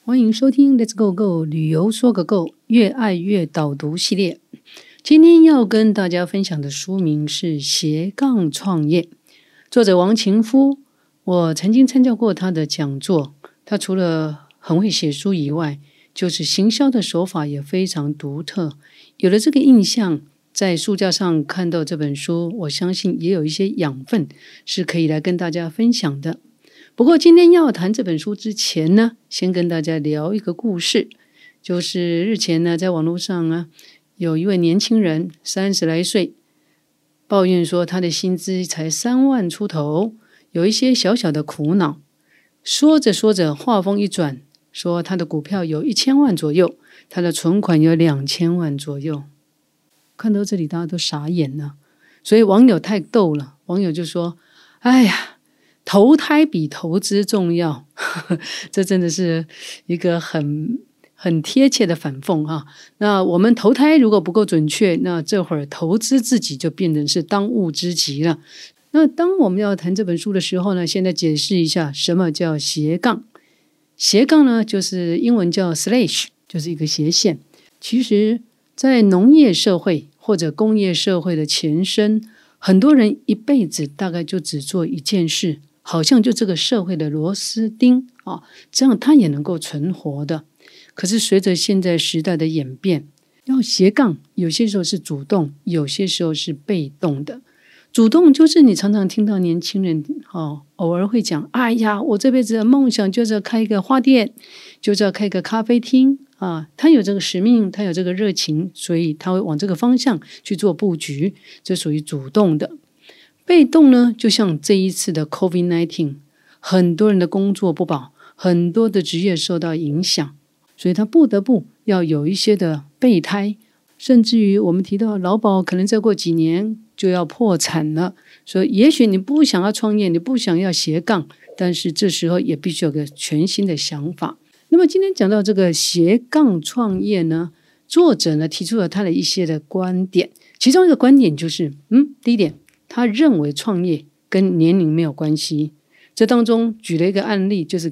欢迎收听 Let's Go Go 旅游说个够，越爱越导读系列。今天要跟大家分享的书名是斜杠创业，作者王晴夫。我曾经参加过他的讲座，他除了很会写书以外，就是行销的手法也非常独特。有了这个印象，在书架上看到这本书，我相信也有一些养分是可以来跟大家分享的。不过今天要谈这本书之前呢，先跟大家聊一个故事，就是日前呢，在网络上有一位年轻人30来岁，抱怨说他的薪资才3万出头，有一些小小的苦恼。说着说着，话锋一转，说他的股票有1000万左右，他的存款有2000万左右。看到这里大家都傻眼了，所以网友太逗了，网友就说：哎呀，投胎比投资重要。这真的是一个很贴切的反讽哈。那我们投胎如果不够准确，那这会儿投资自己就变成是当务之急了。那当我们要谈这本书的时候呢，现在解释一下什么叫斜杠。斜杠呢，就是英文叫 slash， 就是一个斜线。其实在农业社会或者工业社会的前身，很多人一辈子大概就只做一件事，好像就这个社会的螺丝钉这样他也能够存活的。可是随着现在时代的演变，要斜杠有些时候是主动，有些时候是被动的。主动就是你常常听到年轻人偶尔会讲，哎呀，我这辈子的梦想就是要开一个花店，就是要开一个咖啡厅他有这个使命，他有这个热情，所以他会往这个方向去做布局，这属于主动的。被动呢，就像这一次的 COVID-19， 很多人的工作不保，很多的职业受到影响，所以他不得不要有一些的备胎，甚至于我们提到劳保可能再过几年就要破产了，所以也许你不想要创业，你不想要斜杠，但是这时候也必须有个全新的想法。那么今天讲到这个斜杠创业呢，作者呢提出了他的一些的观点，其中一个观点就是第一点，他认为创业跟年龄没有关系。这当中举了一个案例，就是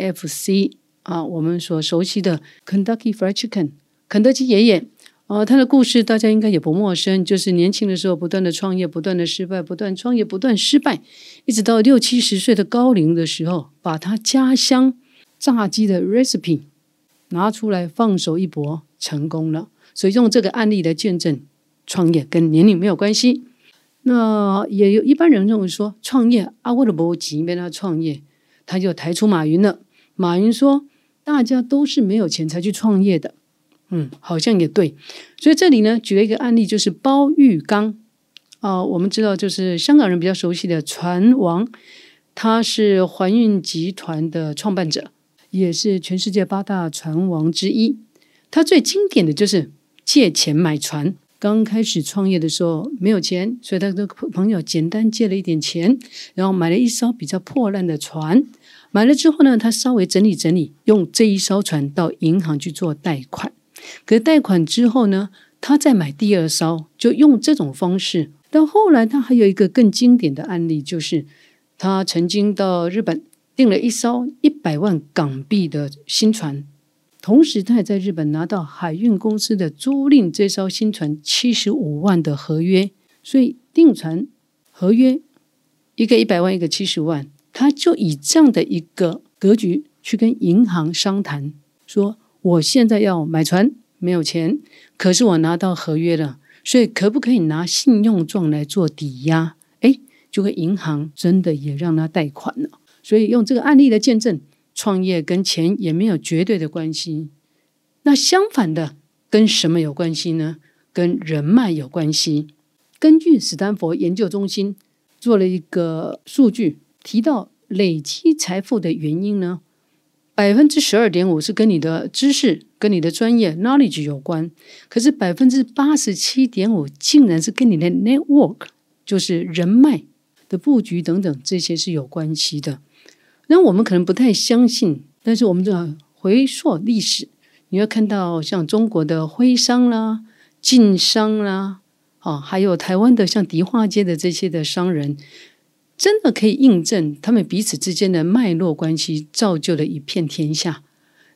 KFC 我们所熟悉的 Kentucky Fried Chicken 肯德基爷爷他的故事大家应该也不陌生，就是年轻的时候不断的创业，不断的失败，不断创业，不断失败，一直到60-70岁的高龄的时候，把他家乡炸鸡的 recipe 拿出来放手一搏，成功了。所以用这个案例来见证创业跟年龄没有关系。那也有一般人认为说，创业我都没钱让他创业，他就抬出马云了。马云说大家都是没有钱才去创业的，好像也对。所以这里呢举了一个案例，就是包玉刚我们知道就是香港人比较熟悉的船王，他是环运集团的创办者，也是全世界8大船王之一。他最经典的就是借钱买船。刚开始创业的时候没有钱，所以他的朋友简单借了一点钱，然后买了一艘比较破烂的船。买了之后呢，他稍微整理整理，用这一艘船到银行去做贷款。可是贷款之后呢，他再买第2艘，就用这种方式。到后来他还有一个更经典的案例，就是他曾经到日本订了一艘100万港币的新船，同时他也在日本拿到海运公司的租赁这艘新船75万的合约。所以订船合约一个100万，一个70万，他就以这样的一个格局去跟银行商谈，说我现在要买船没有钱，可是我拿到合约了，所以可不可以拿信用状来做抵押？就会银行真的也让他贷款了。所以用这个案例的见证，创业跟钱也没有绝对的关系。那相反的，跟什么有关系呢？跟人脉有关系。根据史丹佛研究中心做了一个数据，提到累积财富的原因呢，12.5% 是跟你的知识跟你的专业 knowledge 有关，可是 87.5% 竟然是跟你的 network 就是人脉的布局等等，这些是有关系的。那我们可能不太相信，但是我们就要回溯历史，你会看到像中国的徽商啦、晋商啦还有台湾的像迪化街的这些的商人，真的可以印证他们彼此之间的脉络关系，造就了一片天下。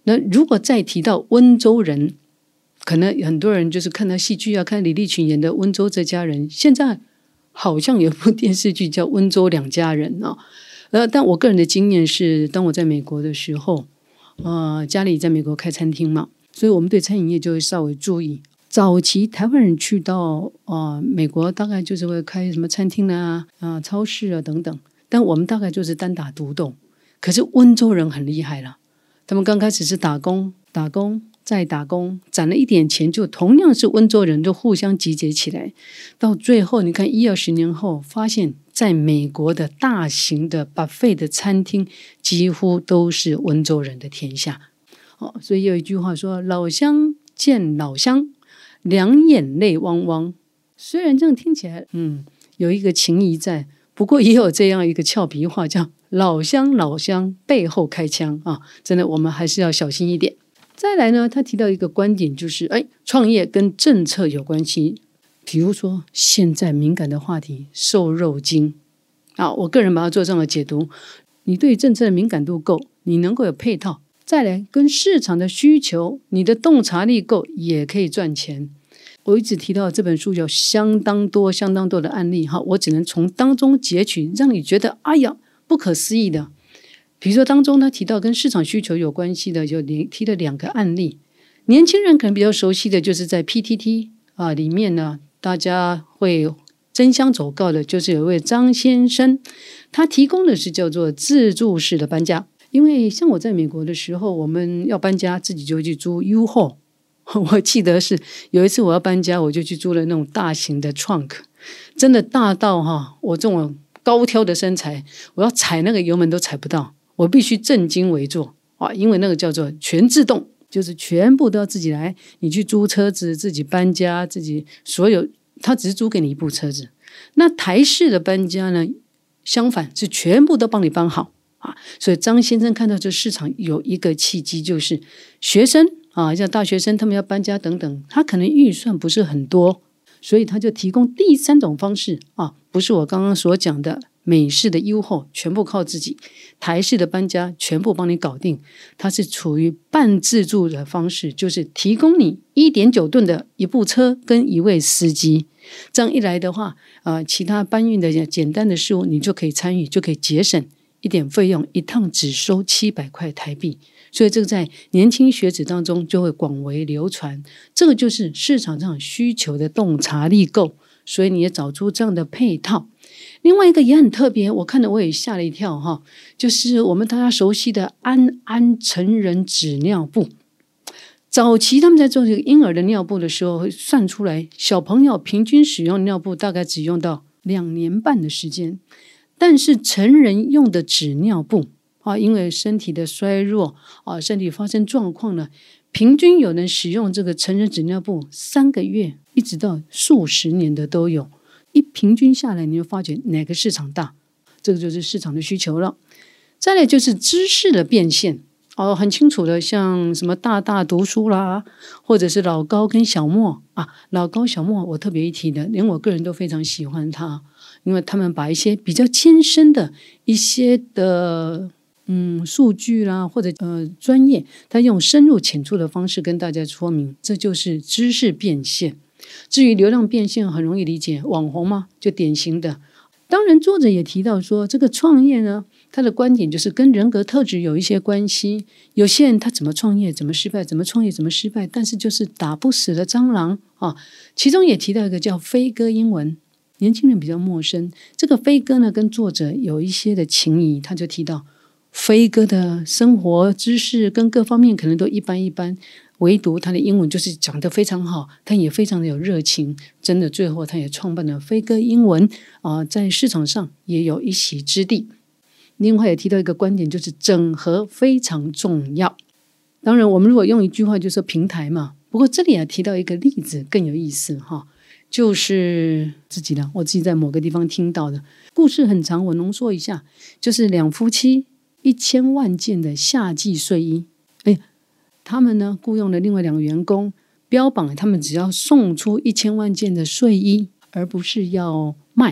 那如果再提到温州人，可能很多人就是看到戏剧啊，看李立群演的《温州这家人》，现在好像有部电视剧叫《温州两家人》啊。但我个人的经验是，当我在美国的时候，家里在美国开餐厅嘛，所以我们对餐饮业就会稍微注意。早期台湾人去到美国，大概就是会开什么餐厅啊、超市啊等等，但我们大概就是单打独斗。可是温州人很厉害了，他们刚开始是打工再打工，攒了一点钱，就同样是温州人，就互相集结起来。到最后，你看10-20年后，发现在美国的大型的 buffet 的餐厅，几乎都是温州人的天下。所以有一句话说：“老乡见老乡，两眼泪汪汪。”虽然这样听起来，有一个情谊在，不过也有这样一个俏皮话，叫“老乡背后开枪”啊！真的，我们还是要小心一点。再来呢，他提到一个观点，就是创业跟政策有关系。比如说现在敏感的话题瘦肉精我个人把它做这样的解读：你对政策的敏感度够，你能够有配套；再来跟市场的需求，你的洞察力够，也可以赚钱。我一直提到这本书有相当多的案例我只能从当中截取让你觉得不可思议的。比如说当中他提到跟市场需求有关系的，就提了2个案例。年轻人可能比较熟悉的就是在 PTT 里面呢，大家会争相走告的，就是有一位张先生，他提供的是叫做自助式的搬家。因为像我在美国的时候，我们要搬家自己就去租 U-Haul。我记得是有一次我要搬家，我就去租了那种大型的 trunk， 真的大到我这种高挑的身材，我要踩那个油门都踩不到，我必须正襟危坐因为那个叫做全自动，就是全部都要自己来。你去租车子，自己搬家，自己所有，他只是租给你一部车子。那台式的搬家呢，相反是全部都帮你搬好所以张先生看到这市场有一个契机，就是学生像大学生他们要搬家等等，他可能预算不是很多，所以他就提供第3种方式不是我刚刚所讲的美式的U-Haul全部靠自己，台式的搬家全部帮你搞定。它是处于半自助的方式，就是提供你1.9吨的一部车跟1位司机。这样一来的话其他搬运的简单的事物你就可以参与，就可以节省一点费用，一趟只收700块台币。所以这个在年轻学子当中就会广为流传。这个就是市场上需求的洞察力够，所以你也找出这样的配套。另外一个也很特别，我看了我也吓了一跳就是我们大家熟悉的安安成人纸尿布。早期他们在做这个婴儿的尿布的时候，会算出来小朋友平均使用尿布大概只用到2年半的时间，但是成人用的纸尿布因为身体的衰弱身体发生状况了，平均有人使用这个成人纸尿布3个月一直到数十年的都有。一平均下来，你就发觉哪个市场大，这个就是市场的需求了。再来就是知识的变现很清楚的，像什么大读书啦，或者是老高跟小莫老高小莫我特别一提的，连我个人都非常喜欢他，因为他们把一些比较艰深的一些的数据啦，或者专业，他用深入浅出的方式跟大家说明，这就是知识变现。至于流量变现很容易理解，网红嘛，就典型的。当然作者也提到说，这个创业呢，他的观点就是跟人格特质有一些关系。有些人他怎么创业怎么失败，怎么创业怎么失败，但是就是打不死的蟑螂其中也提到一个叫飞哥英文，年轻人比较陌生。这个飞哥呢，跟作者有一些的情谊，他就提到飞哥的生活知识跟各方面可能都一般，唯独他的英文就是讲得非常好，他也非常的有热情，真的最后他也创办了飞哥英文在市场上也有一席之地。另外也提到一个观点，就是整合非常重要。当然我们如果用一句话就是平台嘛，不过这里也提到一个例子更有意思就是我自己在某个地方听到的故事很长，我浓缩一下，就是2夫妻1000万件的夏季睡衣，他们呢雇佣了另外2个员工，标榜他们只要送出1000万件的睡衣，而不是要卖。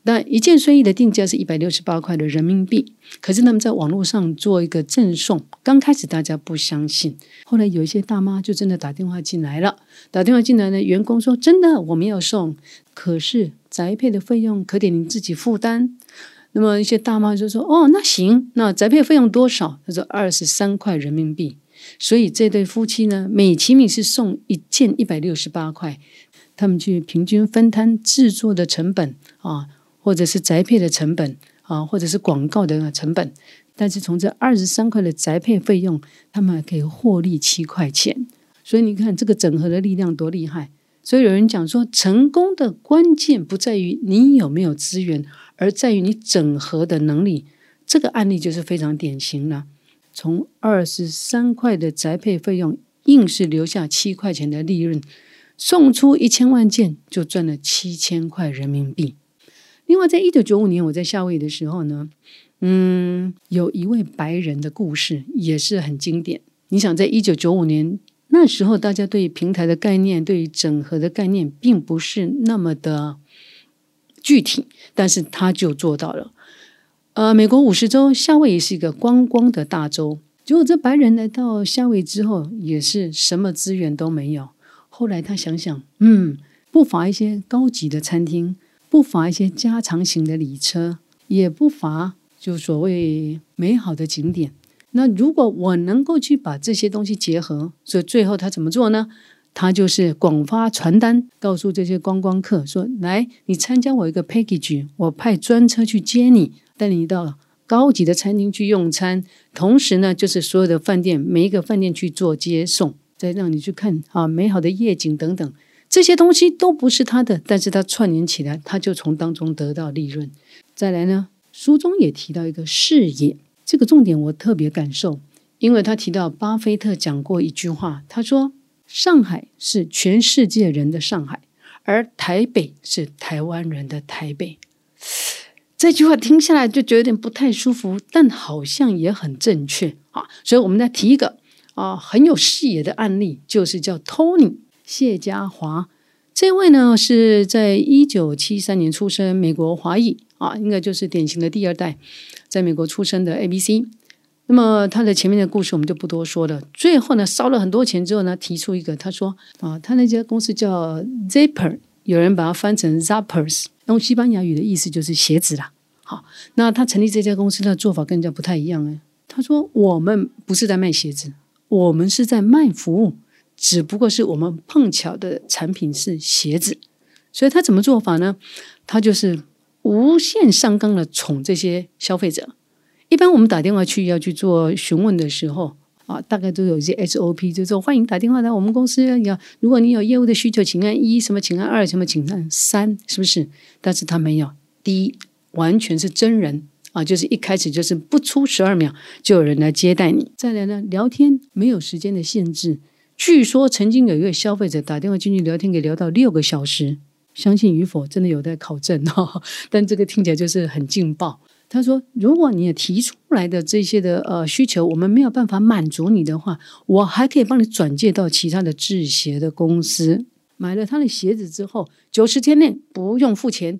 但一件睡衣的定价是168块的人民币，可是他们在网络上做一个赠送，刚开始大家不相信，后来有一些大妈就真的打电话进来了，呢，员工说真的我们要送，可是宅配的费用可得您自己负担。那么一些大妈就说哦那行，那宅配费用多少？他说23块人民币。所以这对夫妻呢，美其名是送一件168块，他们去平均分摊制作的成本啊，或者是宅配的成本啊，或者是广告的成本，但是从这23块的宅配费用，他们还可以获利7块钱。所以你看这个整合的力量多厉害。所以有人讲说，成功的关键不在于你有没有资源，而在于你整合的能力。这个案例就是非常典型了，从23块的宅配费用硬是留下7块钱的利润，送出1000万件就赚了7000块人民币。另外在1995年我在夏威夷的时候呢，有一位白人的故事也是很经典。你想在1995年那时候，大家对于平台的概念，对于整合的概念并不是那么的具体，但是他就做到了。美国50州，夏威夷是一个观光的大州，结果这白人来到夏威夷之后也是什么资源都没有。后来他想想，不乏一些高级的餐厅，不乏一些加长型的礼车，也不乏就所谓美好的景点。那如果我能够去把这些东西结合，所以最后他怎么做呢？他就是广发传单，告诉这些观光客说，来，你参加我一个 package， 我派专车去接你，带你到高级的餐厅去用餐，同时呢就是所有的饭店，每一个饭店去做接送，再让你去看美好的夜景等等。这些东西都不是他的，但是他串联起来，他就从当中得到利润。再来呢，书中也提到一个视野，这个重点我特别感受，因为他提到巴菲特讲过一句话，他说上海是全世界人的上海，而台北是台湾人的台北。这句话听下来就觉得有点不太舒服，但好像也很正确啊。所以我们再提一个很有视野的案例，就是叫 Tony 谢家华。这位呢是在1973年出生，美国华裔应该就是典型的第二代，在美国出生的 ABC。那么他的前面的故事我们就不多说了。最后呢，烧了很多钱之后呢，提出一个，他说他那家公司叫 Zapper， 有人把它翻成 Zappers， 用西班牙语的意思就是鞋子啦。好，那他成立这家公司的做法跟人家不太一样。他说我们不是在卖鞋子，我们是在卖服务，只不过是我们碰巧的产品是鞋子。所以他怎么做法呢？他就是无限上纲的宠这些消费者。一般我们打电话去要去做询问的时候大概都有一些 SOP， 就是说欢迎打电话来我们公司，如果你有业务的需求请按1，什么请按2，什么请按3，是不是？但是他没有，第一完全是真人就是一开始就是不出12秒就有人来接待你。再来呢，聊天没有时间的限制，据说曾经有一位消费者打电话进去聊天，可以聊到6个小时，相信与否真的有待考证但这个听起来就是很劲爆。他说如果你也提出来的这些的需求我们没有办法满足你的话，我还可以帮你转介到其他的制鞋的公司。买了他的鞋子之后90天内不用付钱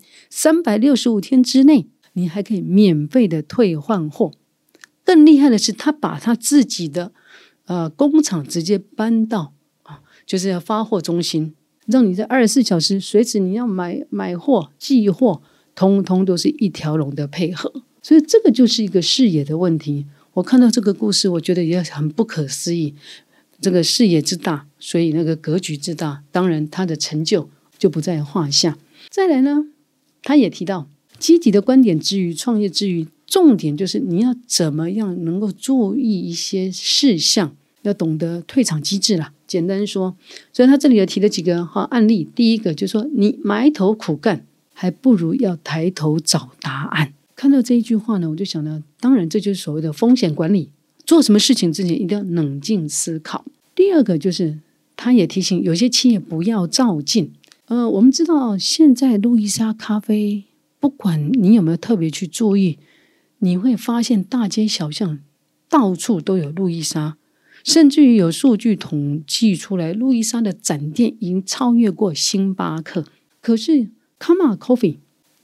，365天之内你还可以免费的退换货。更厉害的是他把他自己的工厂直接搬到就是要发货中心，让你在24小时随时你要买货寄货通通都是一条龙的配合。所以这个就是一个视野的问题。我看到这个故事我觉得也很不可思议，这个视野之大，所以那个格局之大，当然他的成就就不在话下。再来呢，他也提到积极的观点之余，创业之余，重点就是你要怎么样能够注意一些事项，要懂得退场机制啦。简单说，所以他这里也提了几个案例。第一个就是说，你埋头苦干还不如要抬头找答案。看到这一句话呢，我就想到当然这就是所谓的风险管理，做什么事情之前一定要冷静思考。第二个就是他也提醒有些企业不要照进。我们知道现在路易莎咖啡，不管你有没有特别去注意，你会发现大街小巷到处都有路易莎，甚至于有数据统计出来，路易莎的展店已经超越过星巴克。可是 Karma Coffee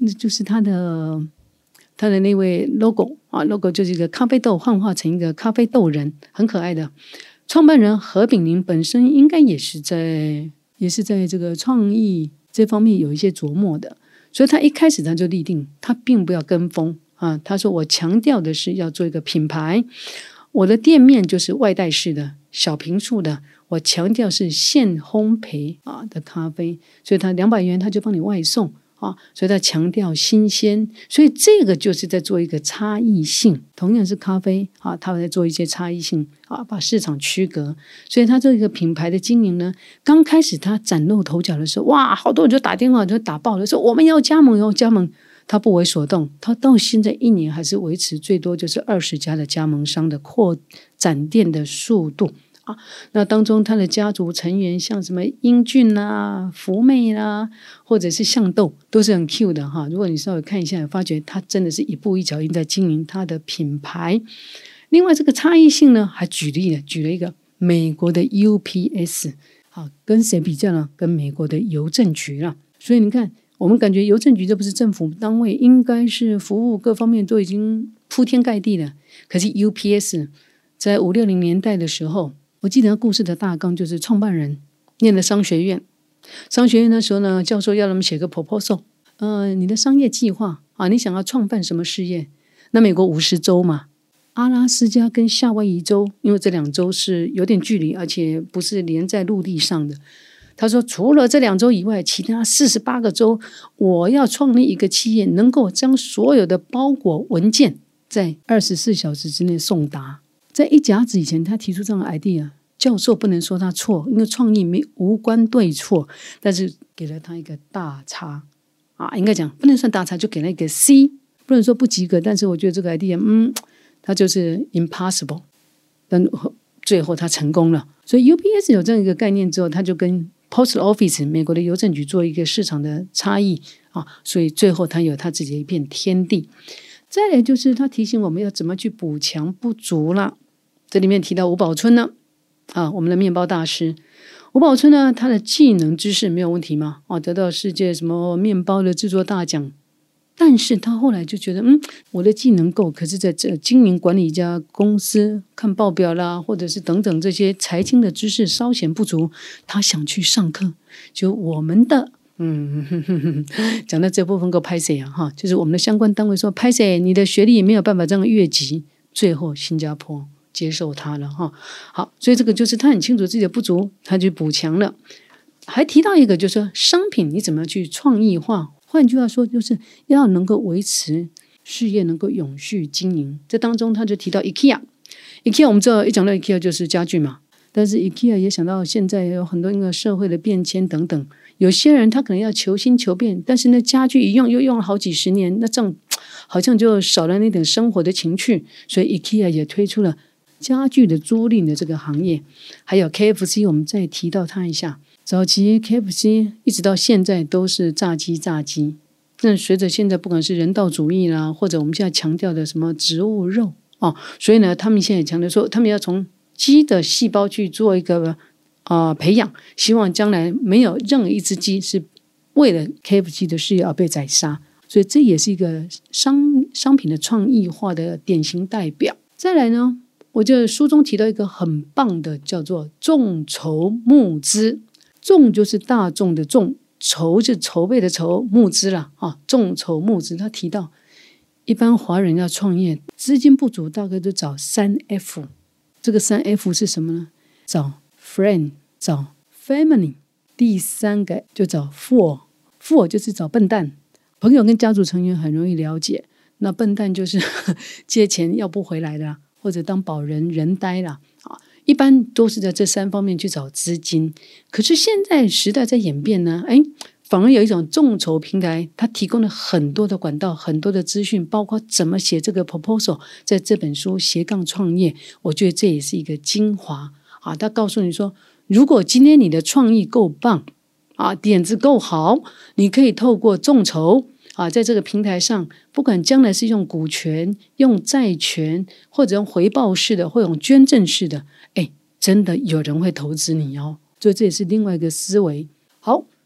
就是他的那位 logo 啊 ，logo 就是一个咖啡豆幻化成一个咖啡豆人，很可爱的。创办人何炳林本身应该也是在这个创意这方面有一些琢磨的，所以他一开始他就立定，他并不要跟风啊。他说我强调的是要做一个品牌，我的店面就是外带式的小坪数的，我强调是现烘焙的咖啡，所以他200元他就帮你外送啊，所以他强调新鲜，所以这个就是在做一个差异性。同样是咖啡啊，他在做一些差异性啊，把市场区隔。所以他这个品牌的经营呢，刚开始他崭露头角的时候，哇，好多人就打电话就打爆了，说我们要加盟，要加盟。他不为所动，他到现在1年还是维持最多就是20家的加盟商的扩展店的速度啊。那当中他的家族成员像什么英俊啦、福妹啦，或者是象豆，都是很 Q 的哈。如果你稍微看一下，发觉他真的是一步一脚印在经营他的品牌。另外这个差异性呢，还举了一个美国的 UPS 啊，跟谁比较呢？跟美国的邮政局啦。所以你看，我们感觉邮政局这不是政府单位，应该是服务各方面都已经铺天盖地了。可是 UPS 在50、60年代的时候，我记得故事的大纲就是创办人念了商学院，商学院的时候呢，教授要他们写个 proposal， 你的商业计划啊，你想要创办什么事业？那美国50州嘛，阿拉斯加跟夏威夷州，因为这2州是有点距离，而且不是连在陆地上的。他说除了这2州以外，其他48个州，我要创立一个企业，能够将所有的包裹文件在24小时之内送达。在一甲子以前，他提出这样的 idea， 教授不能说他错，因为创意无关对错，但是给了他一个大叉啊，应该讲不能算大叉，就给了一个 C， 不能说不及格，但是我觉得这个 idea，它就是 impossible， 但最后他成功了。所以 UPS 有这样一个概念之后，他就跟Post Office 美国的邮政局做一个市场的差异啊，所以最后他有他自己的一片天地。再来就是他提醒我们要怎么去补强不足了。这里面提到吴宝春呢，我们的面包大师吴宝春呢，他的技能知识没有问题吗？得到世界什么面包的制作大奖。但是他后来就觉得，我的技能够，可是在这经营管理一家公司，看报表啦，或者是等等这些财经的知识稍显不足，他想去上课。就我们的，讲到这部分够拍谁啊？就是我们的相关单位说，拍谁，你的学历也没有办法这样越级，最后新加坡接受他了哈。好，所以这个就是他很清楚自己的不足，他就补强了。还提到一个，就是说商品你怎么去创意化。换句话说，就是要能够维持事业，能够永续经营。这当中他就提到 IKEA 我们知道一讲到 IKEA 就是家具嘛，但是 IKEA 也想到现在有很多因为社会的变迁等等，有些人他可能要求新求变，但是那家具一用又用了好几十年，那这样好像就少了那点生活的情趣，所以 IKEA 也推出了家具的租赁的这个行业。还有 KFC 我们再提到它一下，早期 KFC 一直到现在都是炸鸡，那随着现在不管是人道主义啦，或者我们现在强调的什么植物肉所以呢他们现在也强调说，他们要从鸡的细胞去做一个培养，希望将来没有任何一只鸡是为了 KFC 的事业而被宰杀，所以这也是一个商品的创意化的典型代表。再来呢，我觉得书中提到一个很棒的，叫做众筹募资。众就是大众的众，筹是筹备的筹，募资啦众筹募资。他提到一般华人要创业，资金不足大概都找3F。这个3F 是什么呢？找 friend， 找 family， 第3个就找 fool 就是找笨蛋。朋友跟家族成员很容易了解，那笨蛋就是借钱要不回来的，或者当保人人呆啦一般都是在这3方面去找资金。可是现在时代在演变呢，反而有一种众筹平台，它提供了很多的管道，很多的资讯，包括怎么写这个 proposal。在这本书斜杠创业，我觉得这也是一个精华它告诉你说，如果今天你的创意够棒点子够好，你可以透过众筹在这个平台上，不管将来是用股权、用债权，或者用回报式的，或者用捐赠式的，真的有人会投资你所以这也是另外一个思维。好，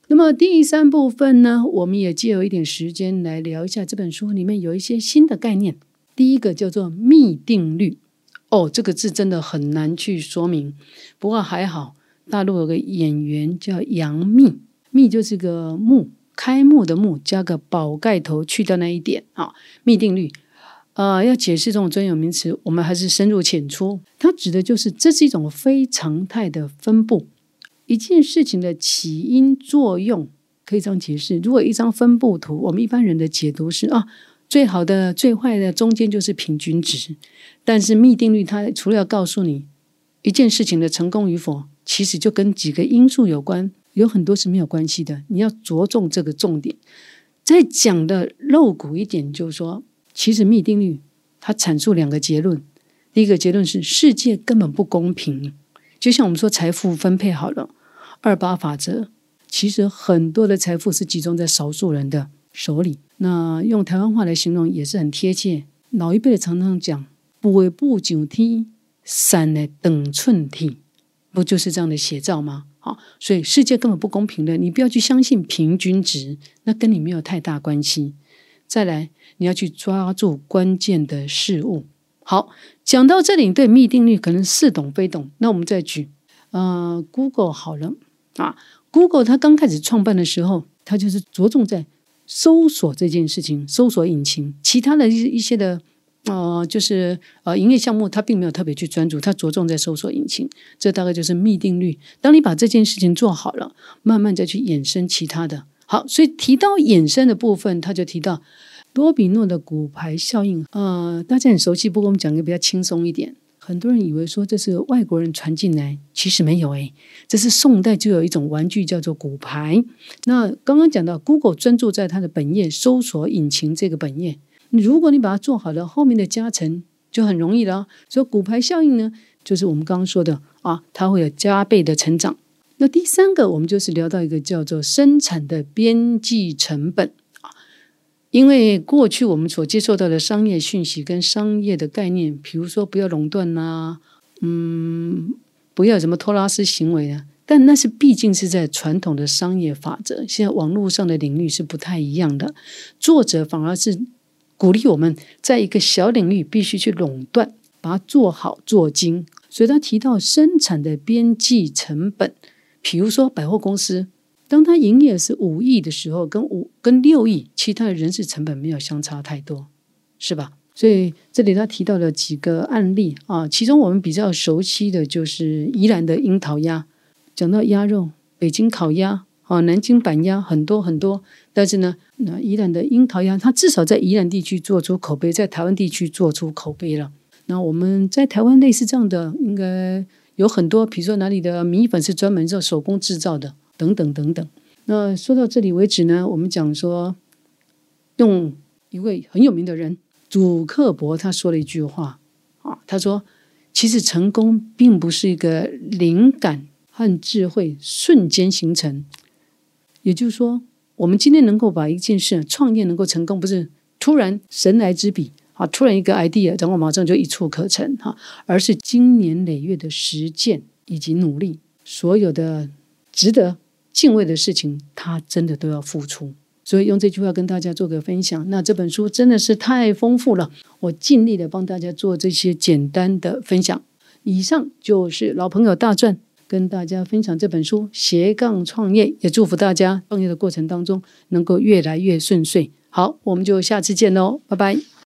那么第三部分呢，我们也借有一点时间来聊一下这本书里面有一些新的概念。第一个叫做幂定律。这个字真的很难去说明，不过还好大陆有个演员叫杨幂，幂就是个幕，开幕的幕，加个宝盖头去掉那一点幂定律。要解释这种专有名词，我们还是深入浅出。它指的就是这是一种非常态的分布，一件事情的起因作用可以这样解释。如果一张分布图，我们一般人的解读是最好的最坏的中间就是平均值，但是幂定律它除了要告诉你一件事情的成功与否，其实就跟几个因素有关，有很多是没有关系的，你要着重这个重点。再讲的露骨一点，就是说其实幂定律它阐述2个结论。第一个结论是世界根本不公平，就像我们说财富分配好了，28法则，其实很多的财富是集中在少数人的手里。那用台湾话来形容也是很贴切，老一辈的常常讲富的不上天，散的等寸天，不就是这样的写照吗？所以世界根本不公平的，你不要去相信平均值，那跟你没有太大关系。再来，你要去抓住关键的事物。好，讲到这里，对幂定律可能似懂非懂，那我们再举Google 好了Google 它刚开始创办的时候，它就是着重在搜索这件事情，搜索引擎，其他的一些的就是营业项目它并没有特别去专注，它着重在搜索引擎，这大概就是幂定律。当你把这件事情做好了，慢慢再去衍生其他的。好，所以提到衍生的部分，他就提到多比诺的骨牌效应。大家很熟悉，不过我们讲一个比较轻松一点。很多人以为说这是外国人传进来，其实没有这是宋代就有一种玩具叫做骨牌。那刚刚讲到 Google 专注在它的本页搜索引擎这个本页，如果你把它做好了，后面的加成就很容易了。所以骨牌效应呢，就是我们刚刚说的它会有加倍的成长。那第三个我们就是聊到一个叫做生产的边际成本。因为过去我们所接受到的商业讯息跟商业的概念，比如说不要垄断不要什么托拉斯行为但那是毕竟是在传统的商业法则，现在网络上的领域是不太一样的。作者反而是鼓励我们在一个小领域必须去垄断，把它做好做精。所以他提到生产的边际成本，比如说百货公司，当他营业是5亿的时候，跟6亿其他的人事成本没有相差太多，是吧？所以这里他提到了几个案例其中我们比较熟悉的就是宜兰的樱桃鸭。讲到鸭肉，北京烤鸭南京板鸭很多很多，但是呢，宜兰的樱桃鸭它至少在宜兰地区做出口碑，在台湾地区做出口碑了。那我们在台湾类似这样的应该有很多，比如说哪里的米粉是专门做手工制造的等等等等。那说到这里为止呢，我们讲说用一位很有名的人祖克伯他说了一句话他说其实成功并不是一个灵感和智慧瞬间形成，也就是说我们今天能够把一件事创业能够成功，不是突然神来之笔突然一个 idea 然后马上就一触可成而是经年累月的实践以及努力，所有的值得敬畏的事情他真的都要付出。所以用这句话跟大家做个分享。那这本书真的是太丰富了，我尽力的帮大家做这些简单的分享。以上就是老朋友大传跟大家分享这本书斜杠创业，也祝福大家创业的过程当中能够越来越顺遂。好，我们就下次见咯，拜拜。